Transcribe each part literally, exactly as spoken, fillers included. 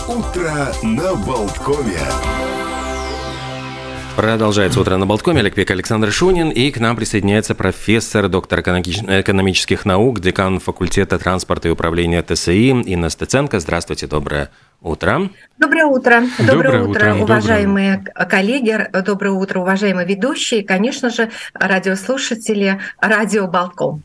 Утро на Болткове. Продолжается «Утро на Болткоме». Олег Пек, Александр Шунин. И к нам присоединяется профессор, доктор экономических наук, декан факультета транспорта и управления ТСИ Инна Стеценко. Здравствуйте, доброе утро. Доброе утро. Доброе, доброе утро, утро, уважаемые доброе. коллеги. Доброе утро, уважаемые ведущие. И, конечно же, радиослушатели радио Болтком.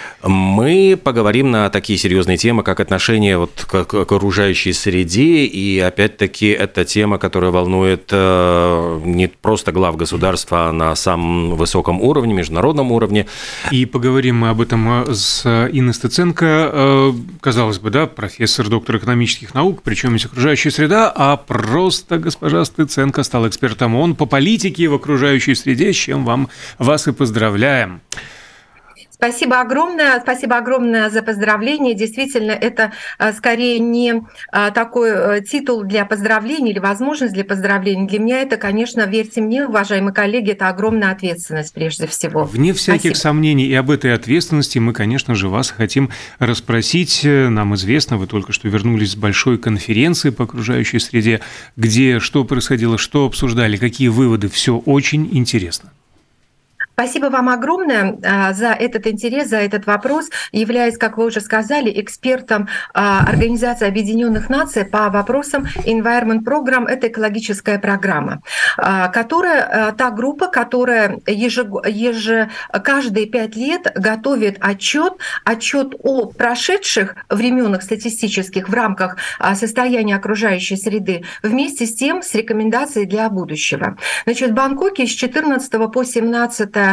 Мы поговорим на такие серьезные темы, как отношение вот к, к окружающей среде. И, опять-таки, это тема, которая волнует э, не просто глав государства, а на самом высоком уровне, международном уровне. И поговорим мы об этом с Инной Стеценко. Э, казалось бы, да, профессор, доктор экономических наук, причем здесь окружающая среда, а просто госпожа Стеценко стала экспертом ООН по политике в окружающей среде, с чем вам, вас и поздравляем. Спасибо огромное, спасибо огромное за поздравление. Действительно, это скорее не такой титул для поздравлений или возможность для поздравлений. Для меня это, конечно, верьте мне, уважаемые коллеги, это огромная ответственность прежде всего. Вне всяких спасибо. Сомнений, и об этой ответственности мы, конечно же, вас хотим расспросить. Нам известно, вы только что вернулись с большой конференции по окружающей среде, где что происходило, что обсуждали, какие выводы. Все очень интересно. Спасибо вам огромное за этот интерес, за этот вопрос. Являюсь, как вы уже сказали, экспертом Организации Объединенных Наций по вопросам Environment Program. Это экологическая программа, которая, та группа, которая еж, еж, каждые пять лет готовит отчет, отчет о прошедших временах статистических в рамках состояния окружающей среды, вместе с тем с рекомендацией для будущего. Значит, в Бангкоке с четырнадцатого по семнадцатое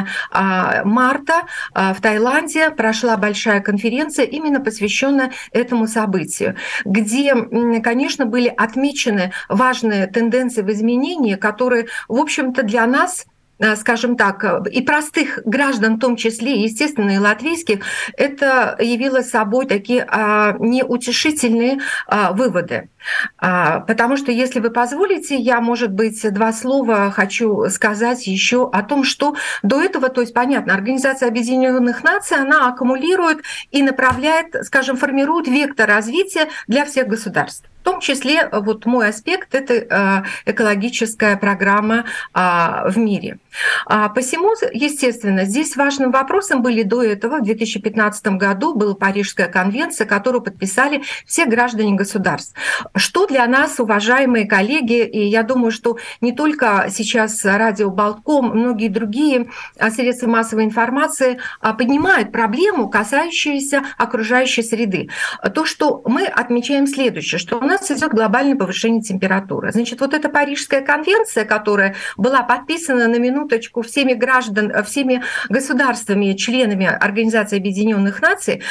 марта в Таиланде прошла большая конференция, именно посвященная этому событию, где, конечно, были отмечены важные тенденции в изменении, которые, в общем-то, для нас, скажем так, и простых граждан, в том числе, естественно, и латвийских, это явилось собой такие а, неутешительные а, выводы. А, потому что, если вы позволите, я, может быть, два слова хочу сказать еще о том, что до этого, то есть, понятно, Организация Объединенных Наций, она аккумулирует и направляет, скажем, формирует вектор развития для всех государств. В том числе, вот мой аспект — это экологическая программа в мире. Посему, естественно, здесь важным вопросом были до этого, в две тысячи пятнадцатом году была Парижская конвенция, которую подписали все граждане государств. Что для нас, уважаемые коллеги, и я думаю, что не только сейчас радио Болтком, многие другие средства массовой информации поднимают проблему, касающуюся окружающей среды. То, что мы отмечаем следующее, что у нас идет глобальное повышение температуры. Значит, вот эта Парижская конвенция, которая была подписана на минуточку всеми граждан, всеми государствами, членами Организации Объединенных Наций,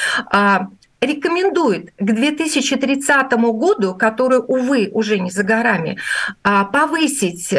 рекомендует к две тысячи тридцатому году, который, увы, уже не за горами, повысить,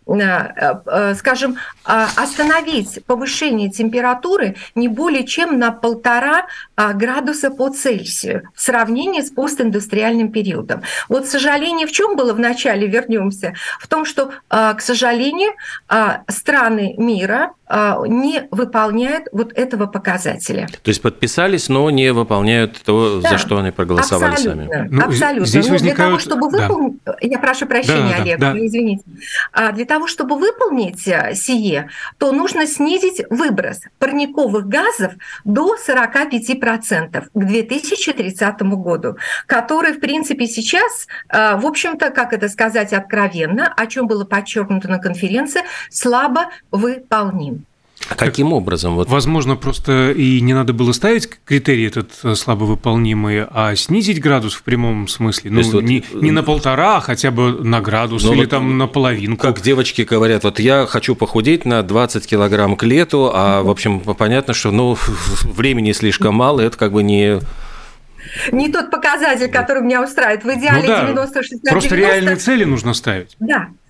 скажем, остановить повышение температуры не более чем на полтора градуса по Цельсию в сравнении с постиндустриальным периодом. Вот сожаление в чем было в начале, вернемся, в том, что, к сожалению, страны мира не выполняют вот этого показателя. То есть подписались, но не выполняют то, да, за что они проголосовали абсолютно, сами. Ну, абсолютно. Здесь но возникают... Для того, чтобы выполнить... Да. Я прошу прощения, да, Олег, да, да. извините. Для того, чтобы выполнить сие, то нужно снизить выброс парниковых газов до сорок пять процентов к две тысячи тридцатому году, который, в принципе, сейчас, в общем-то, как это сказать откровенно, о чем было подчеркнуто на конференции, слабо выполним. А каким образом? Вот... Возможно, просто и не надо было ставить критерий этот слабовыполнимый, а снизить градус в прямом смысле. Ну, вот... не, не на полтора, а хотя бы на градус, ну, или вот там на половинку. Как девочки говорят, вот я хочу похудеть на двадцать килограмм к лету, а, в общем, понятно, что ну, времени слишком мало, это как бы не... Не тот показатель, который меня устраивает. В идеале ну, да. девяносто шестьдесят Просто девяносто... реальные цели нужно ставить. Да.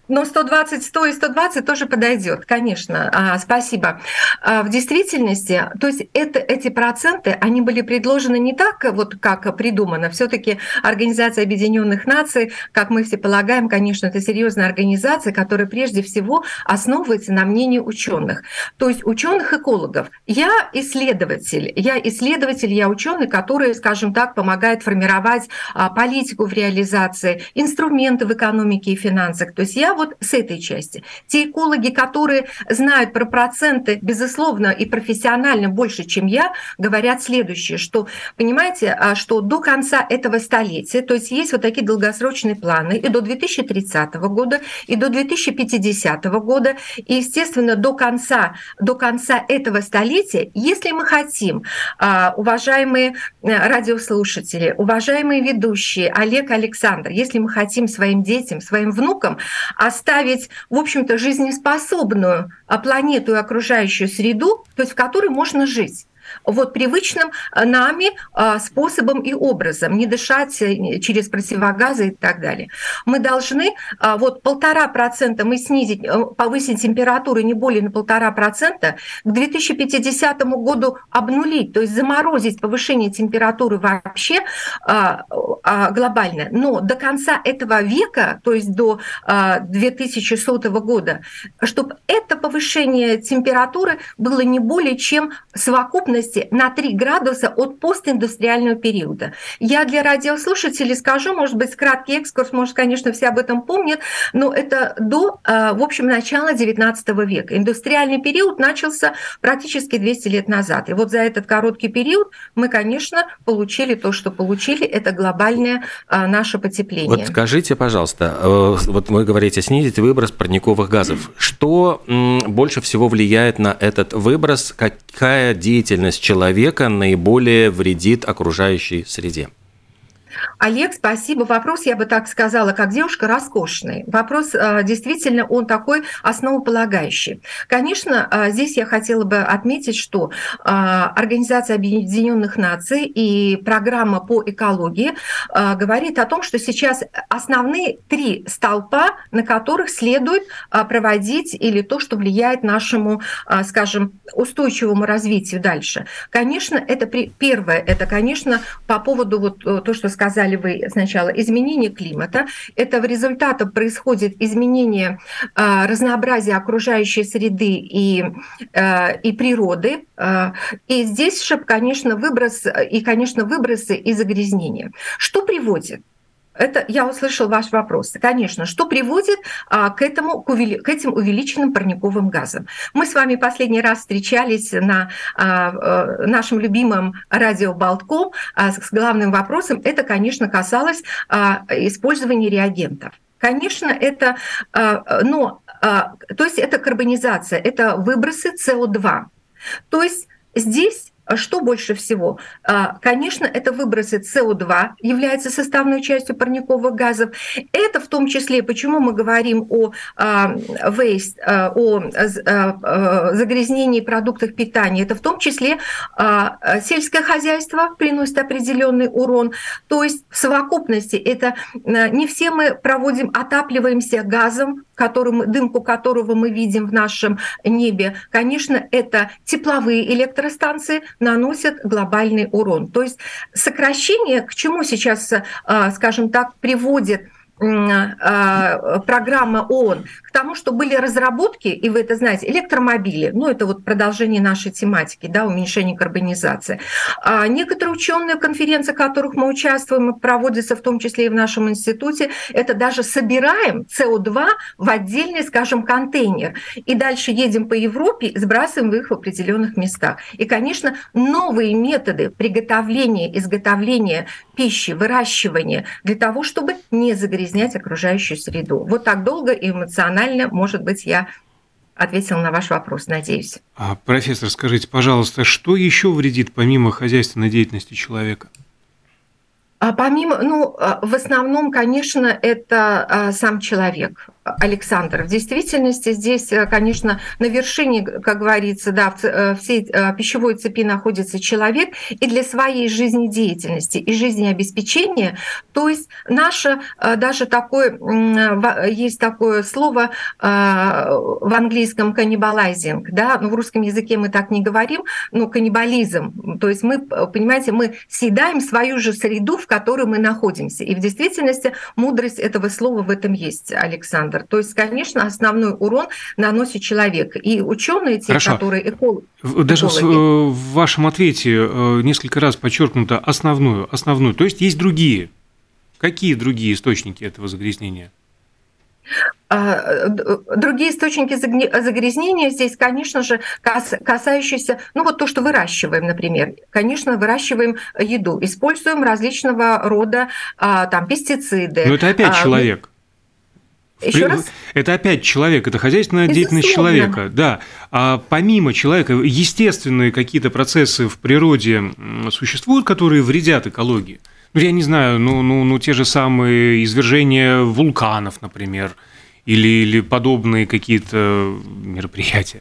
Но сто двадцать, сто и сто двадцать тоже подойдет, конечно. А, спасибо. А, в действительности, то есть это, эти проценты, они были предложены не так, вот как придумано. Все-таки Организация Объединенных Наций, как мы все полагаем, конечно, это серьезная организация, которая прежде всего основывается на мнении ученых. То есть ученых-экологов. Я исследователь, я исследователь, я ученый, который, скажем так, помогает формировать а, политику в реализации, инструменты в экономике и финансах. То есть я вот с этой части. Те экологи, которые знают про проценты, безусловно, и профессионально больше, чем я, говорят следующее, что, понимаете, что до конца этого столетия, то есть есть вот такие долгосрочные планы и до две тысячи тридцатого года, и до две тысячи пятидесятого года, и, естественно, до конца, до конца этого столетия, если мы хотим, уважаемые радиослушатели, уважаемые ведущие, Олег, Александр, если мы хотим своим детям, своим внукам оставить, в общем-то, жизнеспособную планету и окружающую среду, то есть в которой можно жить. Вот привычным нами способом и образом, не дышать через противогазы и так далее. Мы должны вот полтора процента мы снизить, повысить температуру не более на полтора процента, к две тысячи пятидесятому году обнулить, то есть заморозить повышение температуры вообще глобально. Но до конца этого века, то есть до две тысячи сотого года, чтобы это повышение температуры было не более чем совокупность на три градуса от постиндустриального периода. Я для радиослушателей скажу, может быть, краткий экскурс, может, конечно, все об этом помнят, но это до, в общем, начала девятнадцатого века. Индустриальный период начался практически двести лет назад. И вот за этот короткий период мы, конечно, получили то, что получили. Это глобальное наше потепление. Вот скажите, пожалуйста, вот вы говорите снизить выброс парниковых газов. Что больше всего влияет на этот выброс? Какая деятельность человека наиболее вредит окружающей среде? Олег, спасибо. Вопрос, я бы так сказала, как девушка, роскошный. Вопрос действительно, он такой основополагающий. Конечно, здесь я хотела бы отметить, что Организация Объединенных Наций и программа по экологии говорит о том, что сейчас основные три столпа, на которых следует проводить или то, что влияет нашему, скажем, устойчивому развитию дальше. Конечно, это первое, это, конечно, по поводу вот то, что сказали вы сначала, изменение климата. Это в результате происходит изменение э, разнообразия окружающей среды и, э, и природы. Э, и здесь же, конечно, выброс, и, конечно, выбросы и загрязнения. Что приводит? Это я услышал ваш вопрос. Конечно, что приводит а, к, этому, к, увели, к этим увеличенным парниковым газам? Мы с вами последний раз встречались на а, а, нашем любимом радио Болтком а, с главным вопросом. Это, конечно, касалось а, использования реагентов. Конечно, это, а, но, а, то есть это карбонизация, это выбросы С О два. То есть здесь что больше всего? Конечно, это выбросы С О два, является составной частью парниковых газов. Это в том числе, почему мы говорим о waste, о загрязнении продуктов питания, это в том числе сельское хозяйство приносит определенный урон. То есть в совокупности это не все мы проводим, отапливаемся газом, которым, дымку которого мы видим в нашем небе. Конечно, это тепловые электростанции наносят глобальный урон. То есть сокращение, к чему сейчас, скажем так, приводит программа ООН, к тому, что были разработки, и вы это знаете, электромобили, ну это вот продолжение нашей тематики, да, уменьшение карбонизации. А некоторые ученые конференции, в которых мы участвуем, проводятся в том числе и в нашем институте, это даже собираем С О два в отдельный, скажем, контейнер, и дальше едем по Европе, сбрасываем их в определенных местах. И, конечно, новые методы приготовления, изготовления пищи, выращивания для того, чтобы не загрязнять окружающую среду. Вот так долго и эмоционально, может быть, я ответила на ваш вопрос, надеюсь. А, профессор, скажите, пожалуйста, что еще вредит помимо хозяйственной деятельности человека? А помимо, ну, в основном, конечно, это сам человек. Александр. В действительности здесь, конечно, на вершине, как говорится, да, всей пищевой цепи находится человек, и для своей жизнедеятельности и жизнеобеспечения, то есть наше даже такое, есть такое слово в английском каннибалайзинг, да, но в русском языке мы так не говорим, но каннибализм, то есть мы, понимаете, мы съедаем свою же среду, в которой мы находимся, и в действительности мудрость этого слова в этом есть, Александр. То есть, конечно, основной урон наносит человек. И ученые, те, Хорошо. которые экологи... Даже экологи... в вашем ответе несколько раз подчеркнуто основную, основную. То есть есть другие. Какие другие источники этого загрязнения? Другие источники загрязнения здесь, конечно же, касающиеся, ну вот то, что выращиваем, например. Конечно, выращиваем еду, используем различного рода там пестициды. Но это опять а, человек. Еще раз? Это опять человек, это хозяйственная Безусловно. деятельность человека, да. А помимо человека, естественные какие-то процессы в природе существуют, которые вредят экологии? Ну, я не знаю, ну, ну, ну те же самые извержения вулканов, например, или, или подобные какие-то мероприятия.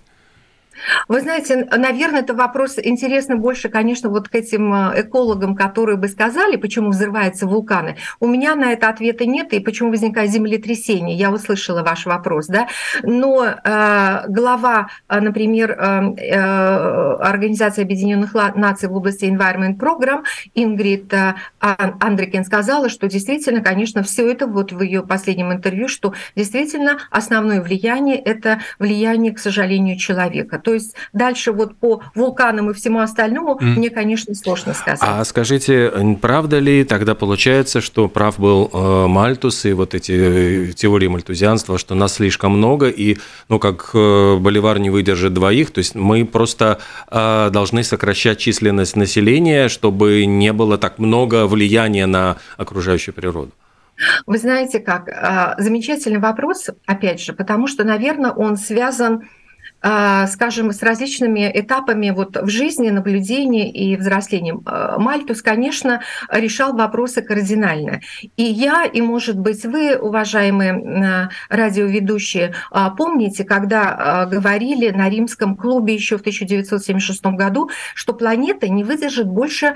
Вы знаете, наверное, это вопрос интересный больше, конечно, вот к этим экологам, которые бы сказали, почему взрываются вулканы. У меня на это ответа нет, и почему возникает землетрясение. Я услышала ваш вопрос, да. Но э, глава, например, э, Организации Объединенных Наций в области Environment Program Ингрид э, Андрикен сказала, что действительно, конечно, все это вот в ее последнем интервью, что действительно основное влияние – это влияние, к сожалению, человека. То есть дальше вот по вулканам и всему остальному mm. мне, конечно, сложно сказать. А скажите, правда ли тогда получается, что прав был Мальтус и вот эти теории мальтузианства, что нас слишком много, и, ну, как Боливар не выдержит двоих, то есть мы просто должны сокращать численность населения, чтобы не было так много влияния на окружающую природу? Вы знаете как, замечательный вопрос, опять же, потому что, наверное, он связан, скажем, с различными этапами вот в жизни, наблюдения и взросления. Мальтус, конечно, решал вопросы кардинально. И я, и, может быть, вы, уважаемые радиоведущие, помните, когда говорили на Римском клубе еще в тысяча девятьсот семьдесят шестом году, что планета не выдержит больше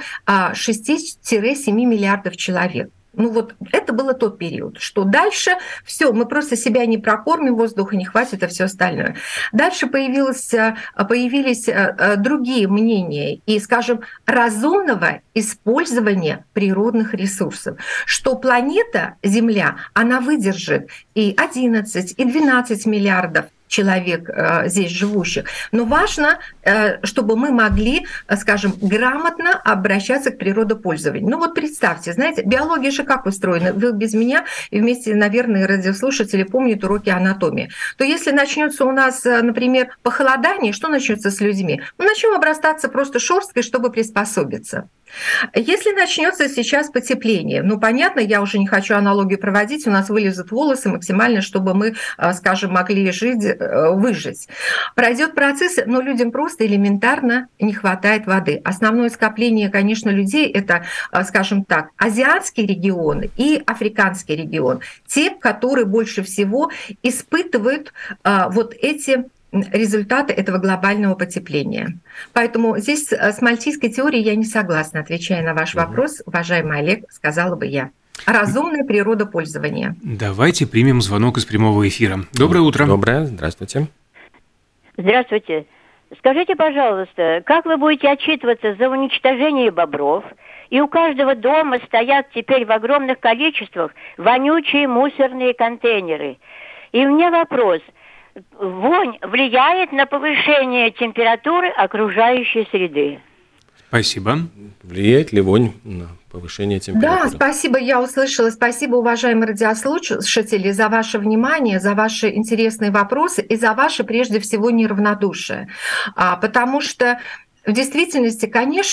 шести-семи миллиардов человек. Ну вот это было тот период, что дальше все, мы просто себя не прокормим, воздуха не хватит, а все остальное. Дальше появилось, появились другие мнения и, скажем, разумного использования природных ресурсов, что планета Земля, она выдержит и одиннадцать, и двенадцать миллиардов человек э, здесь живущих. Но важно, э, чтобы мы могли, скажем, грамотно обращаться к природопользованию. Ну вот представьте, знаете, биология же как устроена? Вы без меня и вместе, наверное, радиослушатели помнят уроки анатомии. То если начнется у нас, например, похолодание, что начнется с людьми? Мы начнем обрастаться просто шерсткой, чтобы приспособиться. Если начнется сейчас потепление, ну понятно, я уже не хочу аналогию проводить, у нас вылезут волосы максимально, чтобы мы, скажем, могли жить, выжить. Пройдет процесс, но людям просто элементарно не хватает воды. Основное скопление, конечно, людей — это, скажем так, азиатский регион и африканский регион. Те, которые больше всего испытывают вот эти результаты этого глобального потепления. Поэтому здесь с мальтийской теорией я не согласна, отвечая на ваш вопрос, уважаемый Олег, сказала бы я. Разумное природопользование. Давайте примем звонок из прямого эфира. Доброе утро. Доброе, здравствуйте. Здравствуйте. Скажите, пожалуйста, как вы будете отчитываться за уничтожение бобров? И у каждого дома стоят теперь в огромных количествах вонючие мусорные контейнеры. И у меня вопрос. Вонь влияет на повышение температуры окружающей среды? Спасибо. Влияет ли вонь на повышение температуры? Да, спасибо, я услышала. Спасибо, уважаемые радиослушатели, за ваше внимание, за ваши интересные вопросы и за ваше, прежде всего, неравнодушие. А, потому что в действительности, конечно,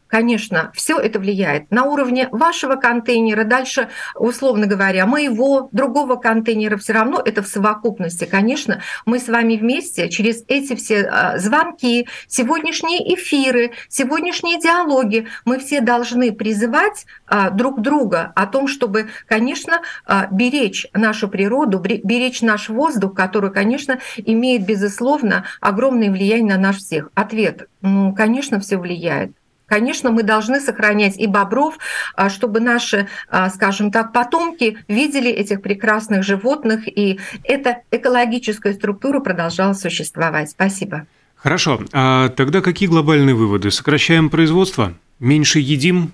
Конечно, все это влияет на уровне вашего контейнера, дальше, условно говоря, моего, другого контейнера, все равно это в совокупности. Конечно, мы с вами вместе через эти все звонки, сегодняшние эфиры, сегодняшние диалоги, мы все должны призывать друг друга о том, чтобы, конечно, беречь нашу природу, беречь наш воздух, который, конечно, имеет, безусловно, огромное влияние на нас всех. Ответ: ну, конечно, все влияет. Конечно, мы должны сохранять и бобров, чтобы наши, скажем так, потомки видели этих прекрасных животных, и эта экологическая структура продолжала существовать. Спасибо. Хорошо. А тогда какие глобальные выводы? Сокращаем производство? Меньше едим?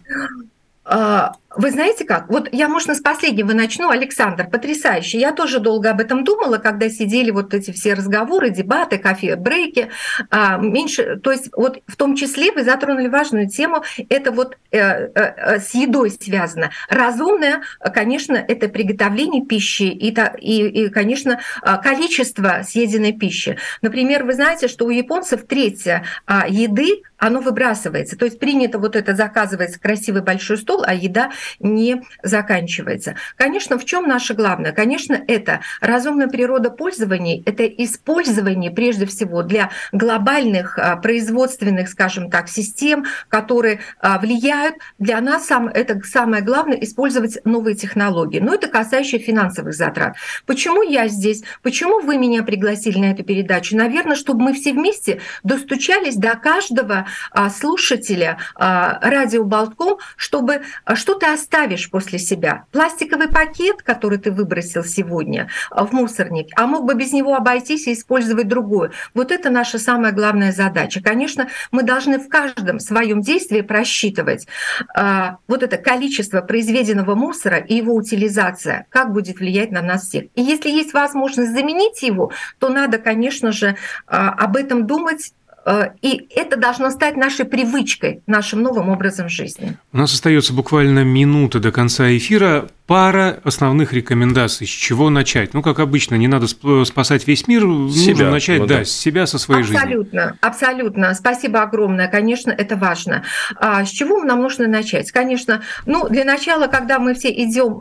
Вы знаете как? Вот я, можно, с последнего начну. Александр, потрясающе. Я тоже долго об этом думала, когда сидели вот эти все разговоры, дебаты, кофе-брейки. Меньше, то есть вот в том числе вы затронули важную тему. Это вот с едой связано. Разумное, конечно, это приготовление пищи и, и, и, конечно, количество съеденной пищи. Например, вы знаете, что у японцев треть еды, оно выбрасывается. То есть принято вот это, заказывается красивый большой стол, а еда не заканчивается. Конечно, в чем наше главное? Конечно, это разумное природопользование, это использование прежде всего для глобальных производственных, скажем так, систем, которые влияют. Для нас это самое главное — использовать новые технологии. Но это касающее финансовых затрат. Почему я здесь? Почему вы меня пригласили на эту передачу? Наверное, чтобы мы все вместе достучались до каждого слушателя радио Болтком, чтобы что-то оставишь после себя. Пластиковый пакет, который ты выбросил сегодня в мусорник, а мог бы без него обойтись и использовать другое. Вот это наша самая главная задача. Конечно, мы должны в каждом своем действии просчитывать а, вот это количество произведенного мусора и его утилизация, как будет влиять на нас всех. И если есть возможность заменить его, то надо, конечно же, а, об этом думать. И это должно стать нашей привычкой, нашим новым образом жизни. У нас остается буквально минута до конца эфира. Пара основных рекомендаций. С чего начать? Ну, как обычно, не надо спасать весь мир. Себя. Нужно начать, ну, да, да, с себя, со своей абсолютно, жизни. Абсолютно, абсолютно. Спасибо огромное. Конечно, это важно. А с чего нам нужно начать? Конечно, ну, для начала, когда мы все идем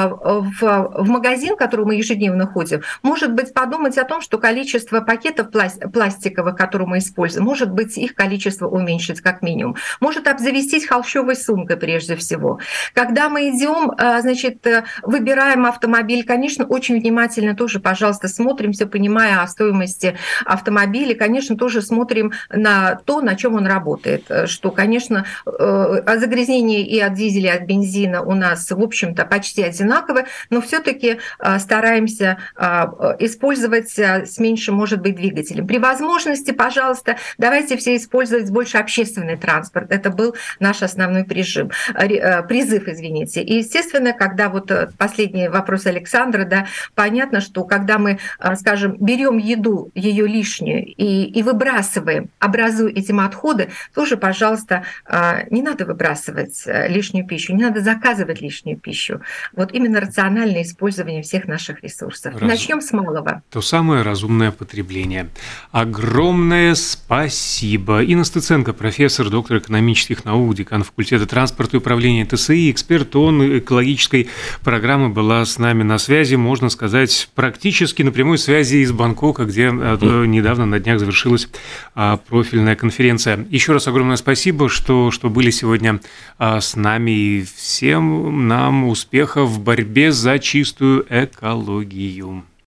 в, в магазин, в который мы ежедневно ходим, может быть, подумать о том, что количество пакетов пластиковых, которые мы используем, может быть, их количество уменьшить как минимум. Может обзавестись холщовой сумкой прежде всего. Когда мы идем, значит, выбираем автомобиль, конечно, очень внимательно тоже, пожалуйста, смотрим, все понимая о стоимости автомобиля, конечно, тоже смотрим на то, на чем он работает, что, конечно, загрязнение и от дизеля, и от бензина у нас, в общем-то, почти одинаковые, но все-таки стараемся использовать с меньшим, может быть, двигателем. При возможности, пожалуйста, давайте все использовать больше общественный транспорт. Это был наш основной прижим, призыв, извините. И, естественно, когда вот последний вопрос Александра, да, понятно, что когда мы, скажем, берем еду, ее лишнюю, и, и выбрасываем, образуя этим отходы, тоже, пожалуйста, не надо выбрасывать лишнюю пищу, не надо заказывать лишнюю пищу. Вот именно рациональное использование всех наших ресурсов. Раз... Начнем с малого. То самое разумное потребление. Огромное спасибо. Инна Стыценко, профессор, доктор экономических наук, декан факультета транспорта и управления ТСИ, эксперт ООН экологической программы, была с нами на связи, можно сказать, практически на прямой связи из Бангкока, где недавно на днях завершилась профильная конференция. Еще раз огромное спасибо, что, что были сегодня с нами, и всем нам успехов в борьбе за чистую экологию.